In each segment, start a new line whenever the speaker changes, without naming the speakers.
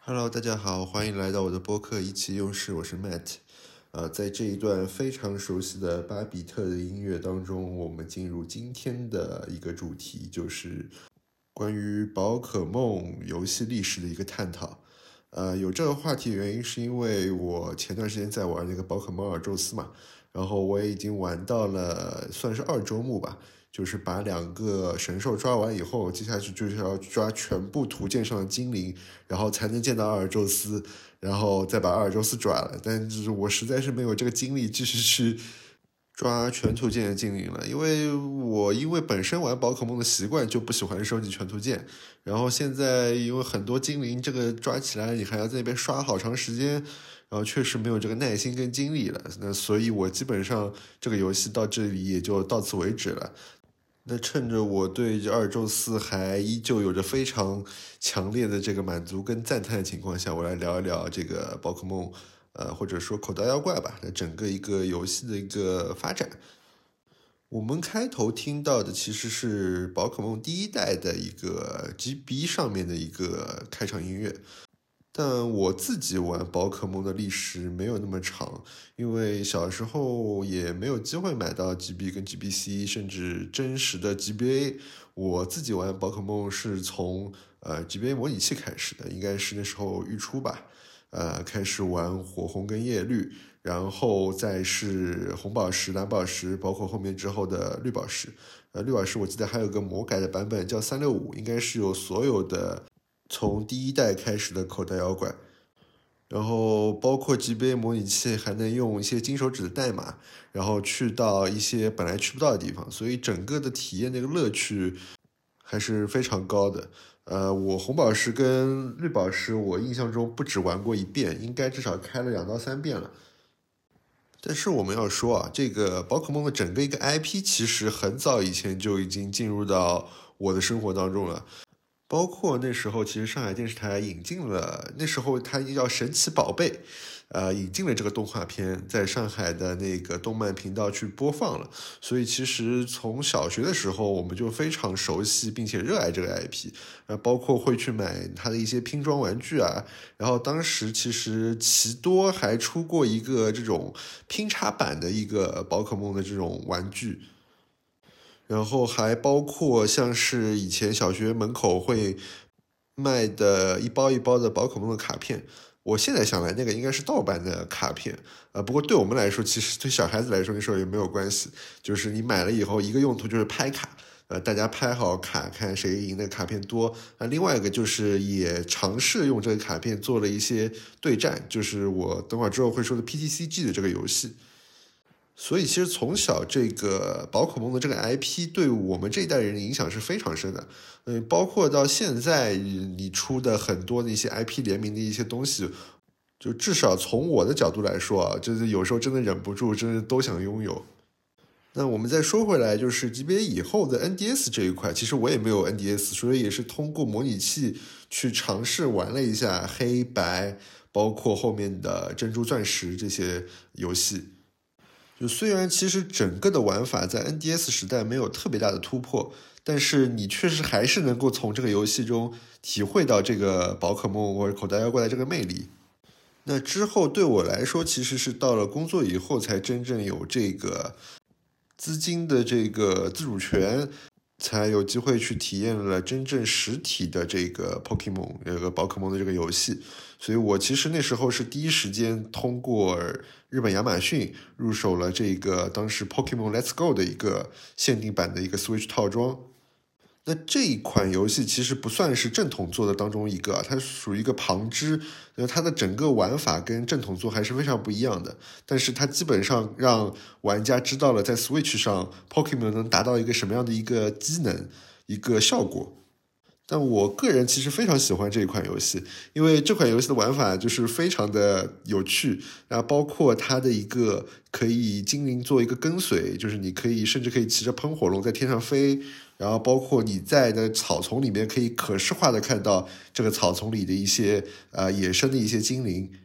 Hello，大家好，欢迎来到我的播客一起用事，我是 Matt。在这一段非常熟悉的巴比特的音乐当中，我们进入今天的一个主题，就是关于宝可梦游戏历史的一个探讨。有这个话题的原因是因为我前段时间在玩那个宝可梦尔宙斯嘛，然后我也已经玩到了算是2周目吧，就是把2个神兽抓完以后，接下去就是要抓全部图鉴上的精灵，然后才能见到阿尔宙斯，然后再把阿尔宙斯抓了。但是我实在是没有这个精力继续去抓全图鉴的精灵了，因为本身玩宝可梦的习惯就不喜欢收集全图鉴，然后现在因为很多精灵这个抓起来你还要在那边刷好长时间，然后确实没有这个耐心跟精力了，那所以我基本上这个游戏到这里也就到此为止了。那趁着我对阿尔宙斯还依旧有着非常强烈的这个满足跟赞叹的情况下，我来聊一聊这个宝可梦，或者说口袋妖怪吧，那整个一个游戏的一个发展。我们开头听到的其实是宝可梦第一代的一个 GB 上面的一个开场音乐，但我自己玩宝可梦的历史没有那么长，因为小时候也没有机会买到 GB 跟 GBC，甚至真实的 GBA。我自己玩宝可梦是从GBA 模拟器开始的，应该是那时候预出吧。开始玩火红跟叶绿，然后再是红宝石、蓝宝石，包括后面之后的绿宝石。绿宝石我记得还有个魔改的版本叫365，应该是有所有的从第一代开始的口袋妖怪，然后包括 GBA 模拟器还能用一些金手指的代码，然后去到一些本来去不到的地方，所以整个的体验那个乐趣还是非常高的。我红宝石跟绿宝石，我印象中不止玩过一遍，应该至少开了2到3遍了。但是我们要说啊，这个宝可梦的整个一个 IP 其实很早以前就已经进入到我的生活当中了。包括那时候，其实上海电视台引进了，那时候它叫神奇宝贝，引进了这个动画片，在上海的那个动漫频道去播放了。所以其实从小学的时候，我们就非常熟悉并且热爱这个 IP，包括会去买它的一些拼装玩具啊。然后当时其实奇多还出过一个这种拼插版的一个宝可梦的这种玩具。然后还包括像是以前小学门口会卖的一包一包的宝可梦的卡片，我现在想来那个应该是盗版的卡片，不过对我们来说，其实对小孩子来说那时候也没有关系，就是你买了以后一个用途就是拍卡，大家拍好卡看谁赢的卡片多，另外一个就是也尝试用这个卡片做了一些对战，就是我等会儿之后会说的 PTCG 的这个游戏。所以其实从小这个宝可梦的这个 IP 对我们这一代人的影响是非常深的，包括到现在你出的很多的一些 IP 联名的一些东西，就至少从我的角度来说啊，就是有时候真的忍不住，真的都想拥有。那我们再说回来，就是 GBA 以后的 NDS 这一块，其实我也没有 NDS，所以也是通过模拟器去尝试玩了一下黑白，包括后面的珍珠钻石这些游戏。就虽然其实整个的玩法在 NDS 时代没有特别大的突破，但是你确实还是能够从这个游戏中体会到这个宝可梦或者口袋妖怪的这个魅力。那之后对我来说，其实是到了工作以后才真正有这个资金的这个自主权，才有机会去体验了真正实体的这个 Pokemon 这个宝可梦的这个游戏。所以我其实那时候是第一时间通过日本亚马逊入手了这个当时 Pokemon Let's Go 的一个限定版的一个 Switch 套装。那这一款游戏其实不算是正统做的当中一个，它属于一个旁支，它的整个玩法跟正统做还是非常不一样的。但是它基本上让玩家知道了在 Switch 上 Pokemon 能达到一个什么样的一个机能、一个效果。但我个人其实非常喜欢这一款游戏，因为这款游戏的玩法就是非常的有趣，然后包括它的一个可以精灵做一个跟随，就是你甚至可以骑着喷火龙在天上飞，然后包括你在的草丛里面可以可视化的看到这个草丛里的一些野生的一些精灵，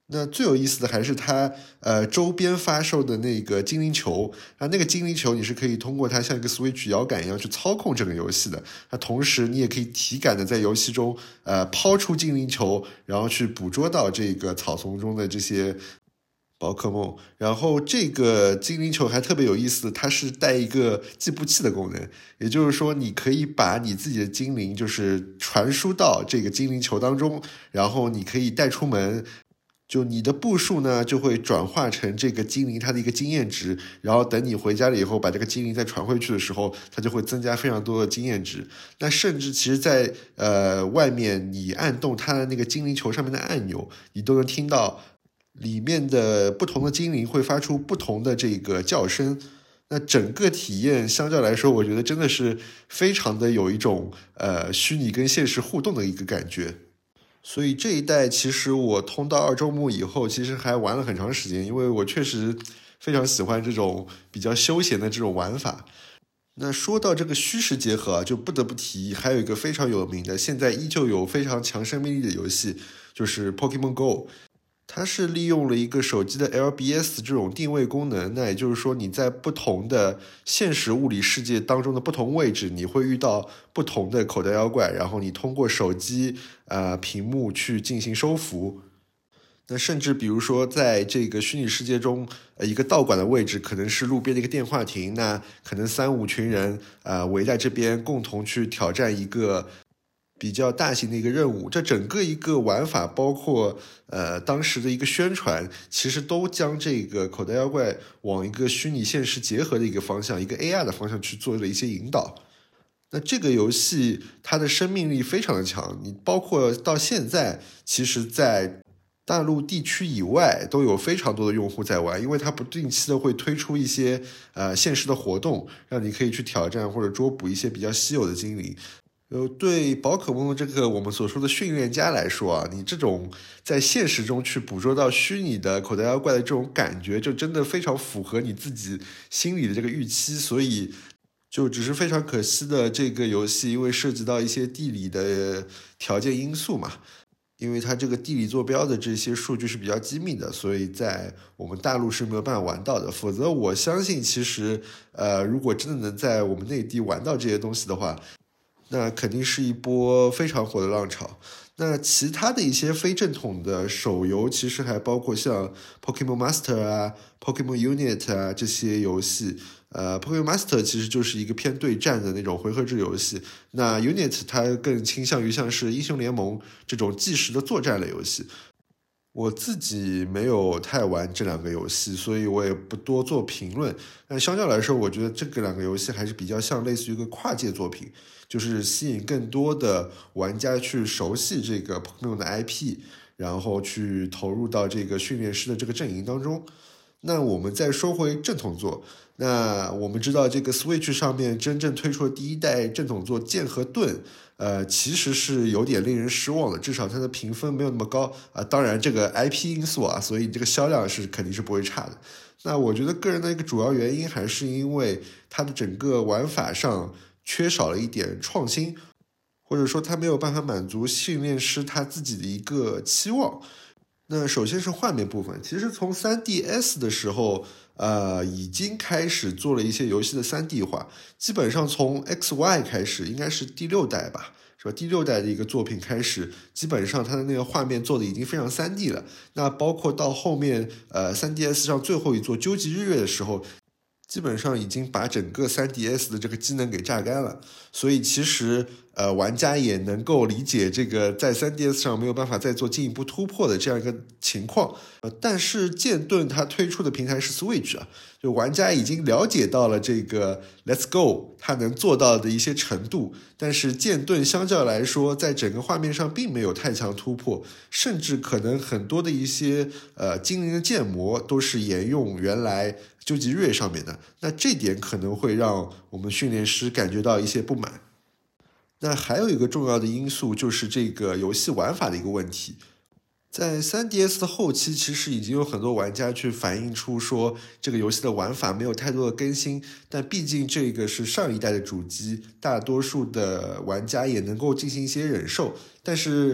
那最有意思的还是它周边发售的那个精灵球啊，那个精灵球你是可以通过它像一个 Switch 摇杆一样去操控这个游戏的。那同时你也可以体感的在游戏中抛出精灵球，然后去捕捉到这个草丛中的这些宝可梦。然后这个精灵球还特别有意思，它是带一个计步器的功能，也就是说你可以把你自己的精灵就是传输到这个精灵球当中，然后你可以带出门。就你的步数呢，就会转化成这个精灵它的一个经验值，然后等你回家了以后，把这个精灵再传回去的时候，它就会增加非常多的经验值。那甚至其实在外面你按动它的那个精灵球上面的按钮，你都能听到里面的不同的精灵会发出不同的这个叫声。那整个体验相较来说，我觉得真的是非常的有一种虚拟跟现实互动的一个感觉。所以这一代其实我通到2周目以后，其实还玩了很长时间，因为我确实非常喜欢这种比较休闲的这种玩法。那说到这个虚实结合，就不得不提还有一个非常有名的，现在依旧有非常强生命力的游戏，就是 Pokemon Go。它是利用了一个手机的 LBS 这种定位功能，那也就是说你在不同的现实物理世界当中的不同位置，你会遇到不同的口袋妖怪，然后你通过手机屏幕去进行收服。那甚至比如说在这个虚拟世界中，一个道馆的位置可能是路边的一个电话亭，那可能3-5群人围在这边共同去挑战一个比较大型的一个任务。这整个一个玩法包括当时的一个宣传，其实都将这个口袋妖怪往一个虚拟现实结合的一个方向，一个 AR 的方向去做了一些引导。那这个游戏它的生命力非常的强，你包括到现在其实在大陆地区以外都有非常多的用户在玩，因为它不定期的会推出一些现实的活动，让你可以去挑战或者捉捕一些比较稀有的精灵。对宝可梦的这个我们所说的训练家来说啊，你这种在现实中去捕捉到虚拟的口袋妖怪的这种感觉，就真的非常符合你自己心里的这个预期。所以就只是非常可惜的，这个游戏因为涉及到一些地理的条件因素嘛，因为它这个地理坐标的这些数据是比较机密的，所以在我们大陆是没有办法玩到的。否则我相信其实如果真的能在我们内地玩到这些东西的话，那肯定是一波非常火的浪潮。那其他的一些非正统的手游其实还包括像 Pokemon Master 啊 Pokemon Unit 啊这些游戏。Pokemon Master 其实就是一个偏对战的那种回合制游戏，那 Unit 它更倾向于像是英雄联盟这种即时的作战类游戏。我自己没有太玩这2个游戏，所以我也不多做评论。但相较来说，我觉得这个2个游戏还是比较像类似于一个跨界作品，就是吸引更多的玩家去熟悉这个 Pokemon 的 IP， 然后去投入到这个训练师的这个阵营当中。那我们再说回正统作，那我们知道这个 Switch 上面真正推出的第1代正统作剑和盾，其实是有点令人失望的，至少它的评分没有那么高啊。当然这个 IP 因素啊，所以这个销量是肯定是不会差的。那我觉得个人的一个主要原因还是因为它的整个玩法上缺少了一点创新，或者说它没有办法满足训练师他自己的一个期望。那首先是画面部分，其实从 3DS 的时候已经开始做了一些游戏的 3D 化，基本上从 XY 开始，应该是第6代吧，是吧？第6代的一个作品开始，基本上它的那个画面做的已经非常 3D 了。那包括到后面3DS 上最后一座究极日月的时候，基本上已经把整个 3DS 的这个机能给榨干了。所以其实玩家也能够理解这个在 3DS 上没有办法再做进一步突破的这样一个情况。但是剑盾它推出的平台是 Switch 啊，就玩家已经了解到了这个 Let's Go 它能做到的一些程度，但是剑盾相较来说在整个画面上并没有太强突破，甚至可能很多的一些精灵的建模都是沿用原来究极日月上面的，那这点可能会让我们训练师感觉到一些不满。那还有一个重要的因素就是这个游戏玩法的一个问题。在 3DS 的后期，其实已经有很多玩家去反映出说这个游戏的玩法没有太多的更新，但毕竟这个是上一代的主机，大多数的玩家也能够进行一些忍受。但是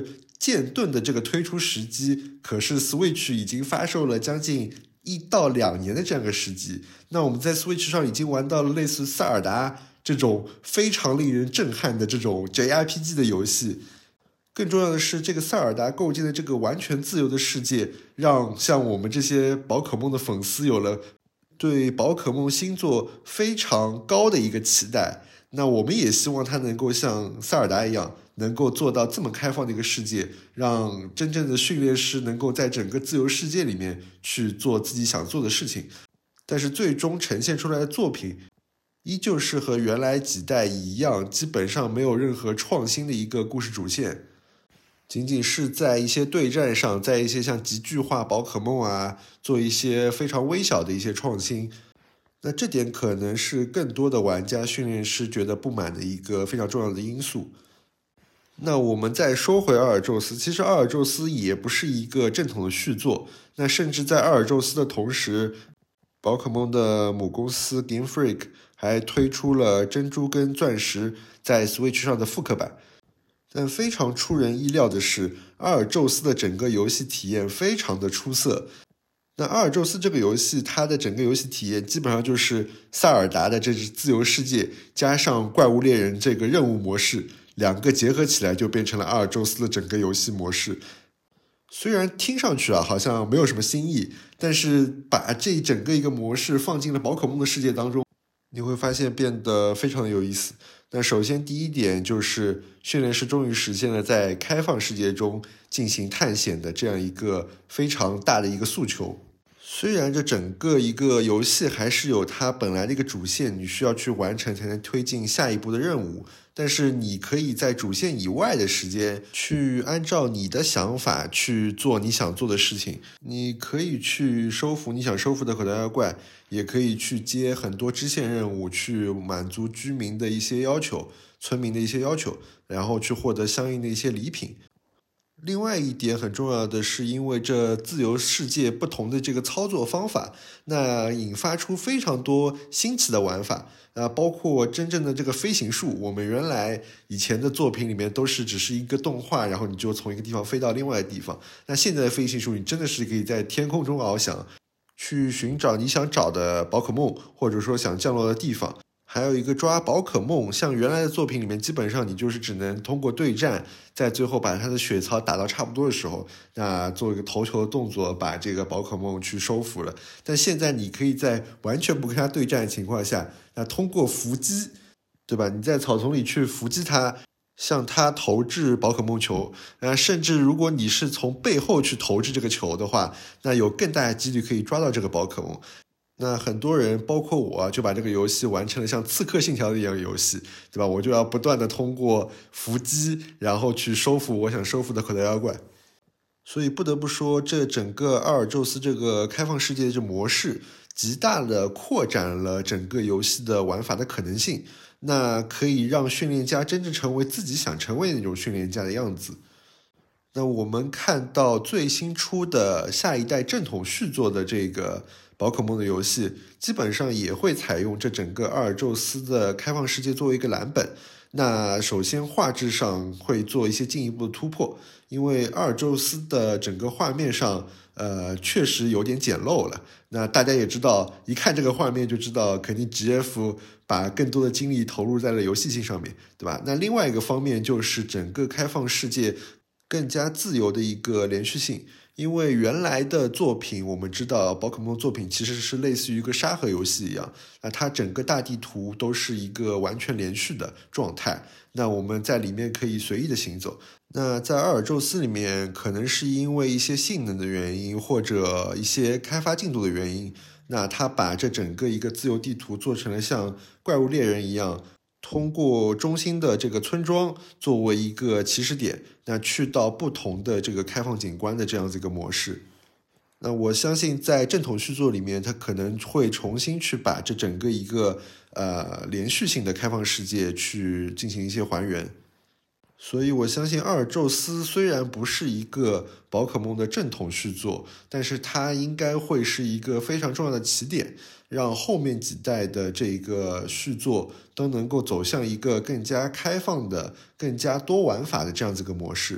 剑盾的这个推出时机，可是 Switch 已经发售了将近1到2年的这样一个时机。那我们在 Switch 上已经玩到了类似塞尔达这种非常令人震撼的这种 JRPG 的游戏。更重要的是，这个塞尔达构建的这个完全自由的世界，让像我们这些宝可梦的粉丝有了对宝可梦星座非常高的一个期待。那我们也希望它能够像塞尔达一样，能够做到这么开放的一个世界，让真正的训练师能够在整个自由世界里面去做自己想做的事情。但是最终呈现出来的作品依旧是和原来几代一样，基本上没有任何创新的一个故事主线，仅仅是在一些对战上，在一些像极巨化宝可梦啊，做一些非常微小的一些创新。那这点可能是更多的玩家训练师觉得不满的一个非常重要的因素。那我们再说回阿尔宙斯，其实阿尔宙斯也不是一个正统的续作。那甚至在阿尔宙斯的同时，宝可梦的母公司 Game Freak 还推出了珍珠跟钻石在 Switch 上的复刻版。但非常出人意料的是，阿尔宙斯的整个游戏体验非常的出色。那阿尔宙斯这个游戏，它的整个游戏体验基本上就是塞尔达的这只自由世界加上怪物猎人这个任务模式，两个结合起来就变成了阿尔宙斯的整个游戏模式。虽然听上去好像没有什么新意，但是把这整个一个模式放进了宝可梦的世界当中，你会发现变得非常的有意思。那首先第一点就是训练师终于实现了在开放世界中进行探险的这样一个非常大的一个诉求。虽然这整个一个游戏还是有它本来的一个主线，你需要去完成才能推进下一步的任务，但是你可以在主线以外的时间去按照你的想法去做你想做的事情。你可以去收服你想收服的口袋妖怪，也可以去接很多支线任务，去满足居民的一些要求，村民的一些要求，然后去获得相应的一些礼品。另外一点很重要的是，因为这自由世界不同的这个操作方法，那引发出非常多新奇的玩法，包括真正的这个飞行术。我们原来以前的作品里面都是只是一个动画，然后你就从一个地方飞到另外一个地方。那现在的飞行术，你真的是可以在天空中翱翔，去寻找你想找的宝可梦，或者说想降落的地方。还有一个抓宝可梦，像原来的作品里面，基本上你就是只能通过对战，在最后把它的血槽打到差不多的时候，那做一个投球的动作，把这个宝可梦去收服了。但现在你可以在完全不跟它对战的情况下，那通过伏击，对吧？你在草丛里去伏击它，向它投掷宝可梦球，甚至如果你是从背后去投掷这个球的话，那有更大的几率可以抓到这个宝可梦。那很多人包括我就把这个游戏玩成了像刺客信条的一样游戏，对吧？我就要不断的通过伏击，然后去收服我想收服的口袋妖怪。所以不得不说，这整个阿尔宙斯这个开放世界的这模式极大的扩展了整个游戏的玩法的可能性，那可以让训练家真正成为自己想成为的那种训练家的样子。那我们看到最新出的下一代正统续作的这个宝可梦的游戏，基本上也会采用这整个阿尔宙斯的开放世界作为一个蓝本。那首先画质上会做一些进一步的突破，因为阿尔宙斯的整个画面上确实有点简陋了。那大家也知道，一看这个画面就知道肯定 GF 把更多的精力投入在了游戏性上面，对吧？那另外一个方面就是整个开放世界更加自由的一个连续性。因为原来的作品我们知道宝可梦作品其实是类似于一个沙盒游戏一样，那它整个大地图都是一个完全连续的状态，那我们在里面可以随意的行走。那在阿尔宙斯里面，可能是因为一些性能的原因或者一些开发进度的原因，那它把这整个一个自由地图做成了像怪物猎人一样，通过中心的这个村庄作为一个起始点，那去到不同的这个开放景观的这样子一个模式。那我相信在正统续作里面，它可能会重新去把这整个一个连续性的开放世界去进行一些还原。所以我相信阿尔宙斯虽然不是一个宝可梦的正统续作，但是它应该会是一个非常重要的起点，让后面几代的这个续作都能够走向一个更加开放的、更加多玩法的这样子一个模式。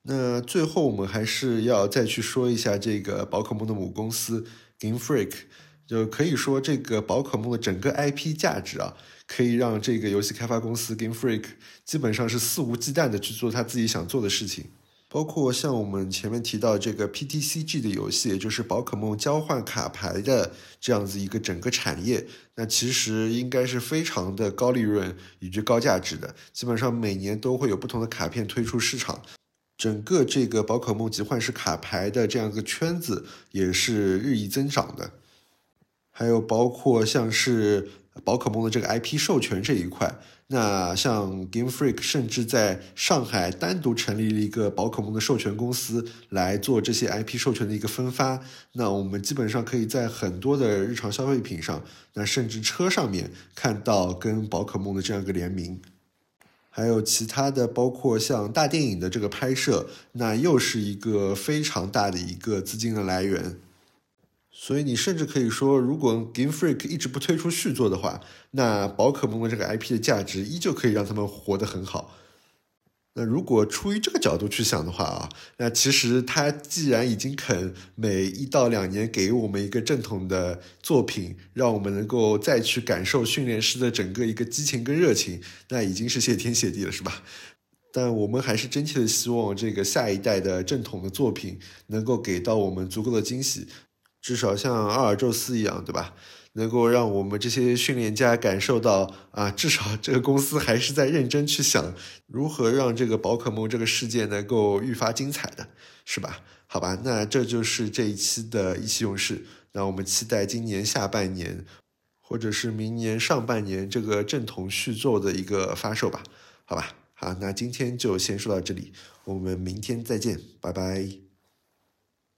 那最后我们还是要再去说一下这个宝可梦的母公司 Game Freak， 就可以说这个宝可梦的整个 IP 价值啊，可以让这个游戏开发公司 Game Freak 基本上是肆无忌惮的去做他自己想做的事情。包括像我们前面提到这个 PTCG 的游戏，也就是宝可梦交换卡牌的这样子一个整个产业，那其实应该是非常的高利润以及高价值的，基本上每年都会有不同的卡片推出市场。整个这个宝可梦集幻式卡牌的这样一个圈子也是日益增长的。还有包括像是宝可梦的这个 IP 授权这一块，那像 Game Freak 甚至在上海单独成立了一个宝可梦的授权公司来做这些 IP 授权的一个分发。那我们基本上可以在很多的日常消费品上，那甚至车上面看到跟宝可梦的这样一个联名。还有其他的，包括像大电影的这个拍摄，那又是一个非常大的一个资金的来源。所以你甚至可以说，如果 Game Freak 一直不推出续作的话，那宝可梦的这个 IP 的价值依旧可以让他们活得很好。那如果出于这个角度去想的话啊，那其实他既然已经肯每1到2年给我们一个正统的作品，让我们能够再去感受训练师的整个一个激情跟热情，那已经是谢天谢地了，是吧？但我们还是真切的希望这个下一代的正统的作品能够给到我们足够的惊喜，至少像阿尔宙斯一样，对吧？能够让我们这些训练家感受到啊，至少这个公司还是在认真去想如何让这个宝可梦这个世界能够愈发精彩的，是吧？好吧，那这就是这一期的意气用事。那我们期待今年下半年，或者是明年上半年这个正统续作的一个发售吧。好吧，好，那今天就先说到这里，我们明天再见，拜拜。